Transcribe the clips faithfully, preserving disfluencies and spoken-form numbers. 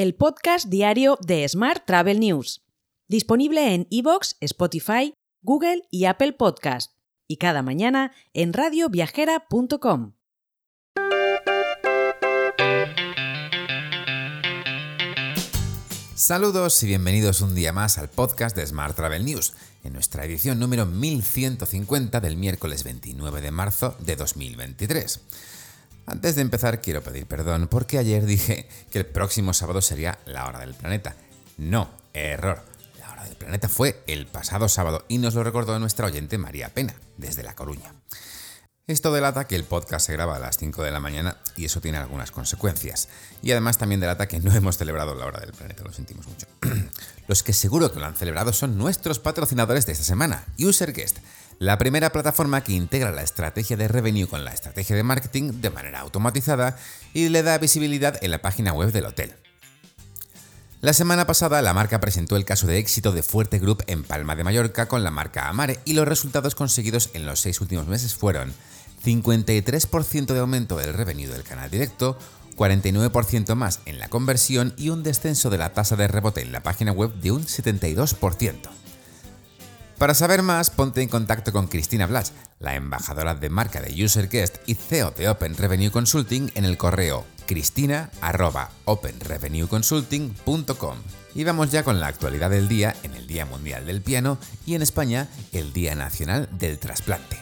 el podcast diario de Smart Travel News, disponible en iVoox, Spotify, Google y Apple Podcast, y cada mañana en radio viajera punto com. Saludos y bienvenidos un día más al podcast de Smart Travel News, en nuestra edición número mil ciento cincuenta del miércoles veintinueve de marzo de dos mil veintitrés. Antes de empezar quiero pedir perdón porque ayer dije que el próximo sábado sería la hora del planeta. No, error. La hora del planeta fue el pasado sábado y nos lo recordó nuestra oyente María Pena, desde La Coruña. Esto delata que el podcast se graba a las cinco de la mañana y eso tiene algunas consecuencias. Y además también delata que no hemos celebrado la hora del planeta, lo sentimos mucho. Los que seguro que lo han celebrado son nuestros patrocinadores de esta semana, UserGuest, la primera plataforma que integra la estrategia de revenue con la estrategia de marketing de manera automatizada y le da visibilidad en la página web del hotel. La semana pasada la marca presentó el caso de éxito de Fuerte Group en Palma de Mallorca con la marca Amare y los resultados conseguidos en los seis últimos meses fueron cincuenta y tres por ciento de aumento del revenue del canal directo, cuarenta y nueve por ciento más en la conversión y un descenso de la tasa de rebote en la página web de un setenta y dos por ciento. Para saber más, ponte en contacto con Cristina Blas, la embajadora de marca de UserGuest y C E O de Open Revenue Consulting, en el correo cristina arroba open revenue consulting punto com. Y vamos ya con la actualidad del día en el Día Mundial del Piano y en España el Día Nacional del Trasplante.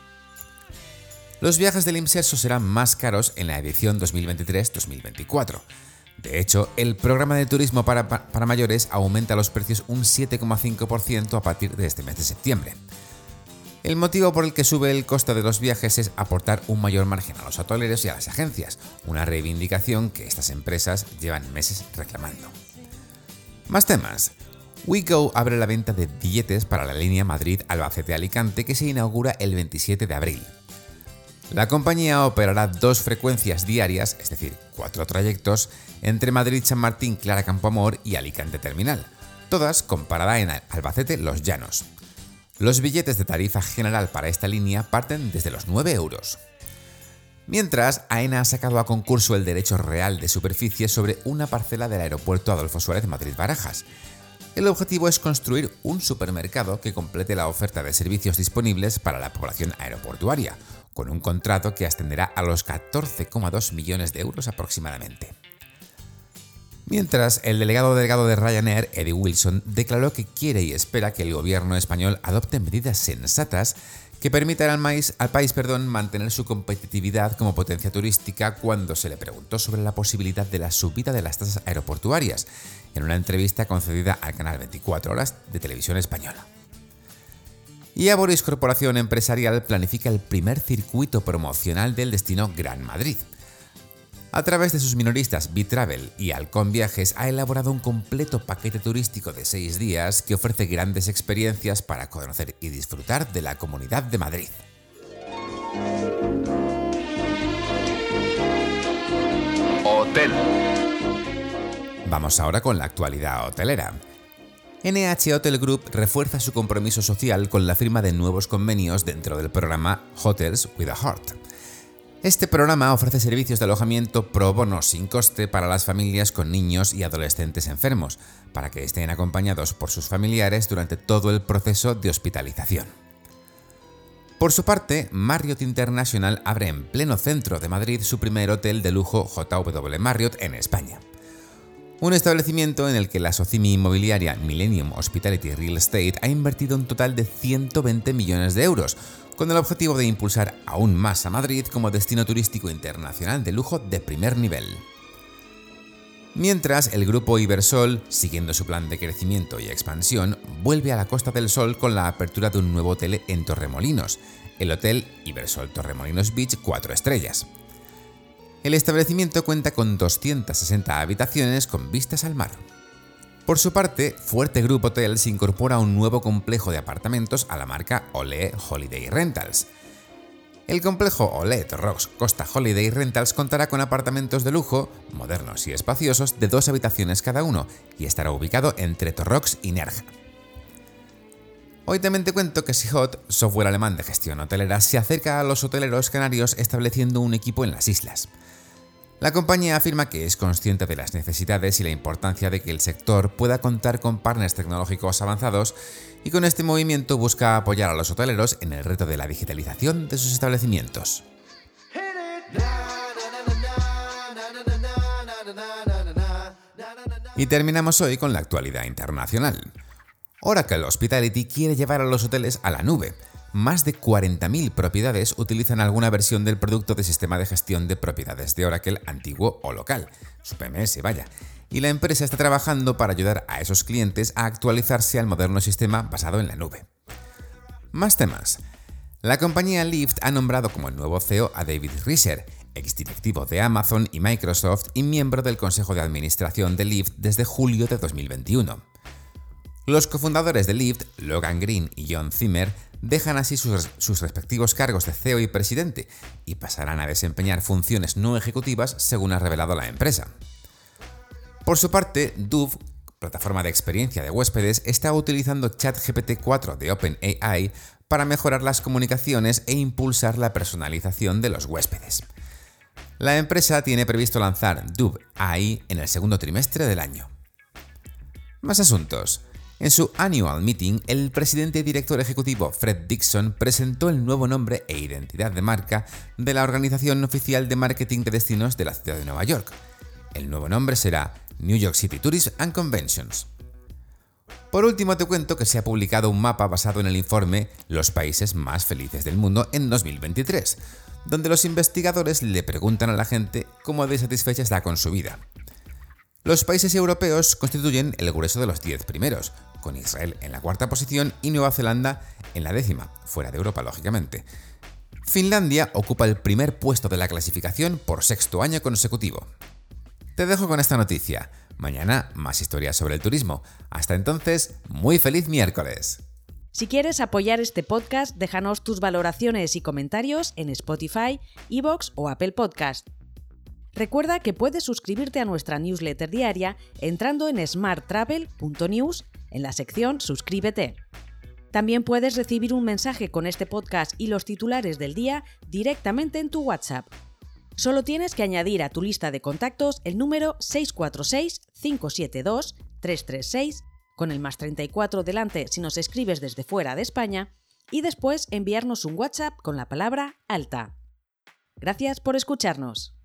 Los viajes del IMSERSO serán más caros en la edición dos mil veintitrés dos mil veinticuatro. De hecho, el programa de turismo para, para mayores aumenta los precios un siete coma cinco por ciento a partir de este mes de septiembre. El motivo por el que sube el coste de los viajes es aportar un mayor margen a los hoteleros y a las agencias, una reivindicación que estas empresas llevan meses reclamando. Más temas. WeGo abre la venta de billetes para la línea Madrid-Albacete-Alicante que se inaugura el veintisiete de abril. La compañía operará dos frecuencias diarias, es decir, cuatro trayectos, entre Madrid-San Martín, Clara Campoamor y Alicante Terminal, todas con parada en Albacete Los Llanos. Los billetes de tarifa general para esta línea parten desde los nueve euros. Mientras, AENA ha sacado a concurso el derecho real de superficie sobre una parcela del aeropuerto Adolfo Suárez Madrid-Barajas. El objetivo es construir un supermercado que complete la oferta de servicios disponibles para la población aeroportuaria, con un contrato que ascenderá a los catorce coma dos millones de euros aproximadamente. Mientras, el delegado delegado de Ryanair, Eddie Wilson, declaró que quiere y espera que el gobierno español adopte medidas sensatas que permitan al, maíz, al país perdón, mantener su competitividad como potencia turística cuando se le preguntó sobre la posibilidad de la subida de las tasas aeroportuarias, en una entrevista concedida al canal veinticuatro horas de Televisión Española. Y Aboris Corporación Empresarial planifica el primer circuito promocional del destino Gran Madrid. A través de sus minoristas B-Travel y Halcón Viajes ha elaborado un completo paquete turístico de seis días que ofrece grandes experiencias para conocer y disfrutar de la Comunidad de Madrid. Hotel. Vamos ahora con la actualidad hotelera. N H Hotel Group refuerza su compromiso social con la firma de nuevos convenios dentro del programa Hotels with a Heart. Este programa ofrece servicios de alojamiento pro bono sin coste para las familias con niños y adolescentes enfermos, para que estén acompañados por sus familiares durante todo el proceso de hospitalización. Por su parte, Marriott International abre en pleno centro de Madrid su primer hotel de lujo J W Marriott en España. Un establecimiento en el que la socimi inmobiliaria Millennium Hospitality Real Estate ha invertido un total de ciento veinte millones de euros, con el objetivo de impulsar aún más a Madrid como destino turístico internacional de lujo de primer nivel. Mientras, el grupo Ibersol, siguiendo su plan de crecimiento y expansión, vuelve a la Costa del Sol con la apertura de un nuevo hotel en Torremolinos, el Hotel Ibersol Torremolinos Beach cuatro estrellas. El establecimiento cuenta con doscientas sesenta habitaciones con vistas al mar. Por su parte, Fuerte Group Hotels incorpora un nuevo complejo de apartamentos a la marca Olé Holiday Rentals. El complejo Olé Torrox Costa Holiday Rentals contará con apartamentos de lujo, modernos y espaciosos, de dos habitaciones cada uno, y estará ubicado entre Torrox y Nerja. Hoy también te cuento que Seahot, software alemán de gestión hotelera, se acerca a los hoteleros canarios estableciendo un equipo en las islas. La compañía afirma que es consciente de las necesidades y la importancia de que el sector pueda contar con partners tecnológicos avanzados y con este movimiento busca apoyar a los hoteleros en el reto de la digitalización de sus establecimientos. Y terminamos hoy con la actualidad internacional. Oracle Hospitality quiere llevar a los hoteles a la nube. Más de cuarenta mil propiedades utilizan alguna versión del producto de sistema de gestión de propiedades de Oracle antiguo o local, su P M S, vaya, y la empresa está trabajando para ayudar a esos clientes a actualizarse al moderno sistema basado en la nube. Más temas. La compañía Lyft ha nombrado como el nuevo C E O a David Risher, exdirectivo de Amazon y Microsoft y miembro del Consejo de Administración de Lyft desde julio de dos mil veintiuno. Los cofundadores de Lyft, Logan Green y John Zimmer, dejan así sus, sus respectivos cargos de C E O y presidente y pasarán a desempeñar funciones no ejecutivas según ha revelado la empresa. Por su parte, Dove, plataforma de experiencia de huéspedes, está utilizando ChatGPT cuatro de OpenAI para mejorar las comunicaciones e impulsar la personalización de los huéspedes. La empresa tiene previsto lanzar Dove A I en el segundo trimestre del año. Más asuntos. En su annual meeting, el presidente y director ejecutivo Fred Dixon presentó el nuevo nombre e identidad de marca de la Organización Oficial de Marketing de Destinos de la ciudad de Nueva York. El nuevo nombre será New York City Tourism and Conventions. Por último, te cuento que se ha publicado un mapa basado en el informe Los países más felices del mundo en dos mil veintitrés, donde los investigadores le preguntan a la gente cómo de satisfecha está con su vida. Los países europeos constituyen el grueso de los diez primeros, con Israel en la cuarta posición y Nueva Zelanda en la décima, fuera de Europa lógicamente. Finlandia ocupa el primer puesto de la clasificación por sexto año consecutivo. Te dejo con esta noticia. Mañana más historias sobre el turismo. Hasta entonces, muy feliz miércoles. Si quieres apoyar este podcast, déjanos tus valoraciones y comentarios en Spotify, iVoox o Apple Podcast. Recuerda que puedes suscribirte a nuestra newsletter diaria entrando en smart travel punto news en la sección Suscríbete. También puedes recibir un mensaje con este podcast y los titulares del día directamente en tu WhatsApp. Solo tienes que añadir a tu lista de contactos el número seis cuatro seis, cinco siete dos, tres tres seis, con el más treinta y cuatro delante si nos escribes desde fuera de España, y después enviarnos un WhatsApp con la palabra alta. Gracias por escucharnos.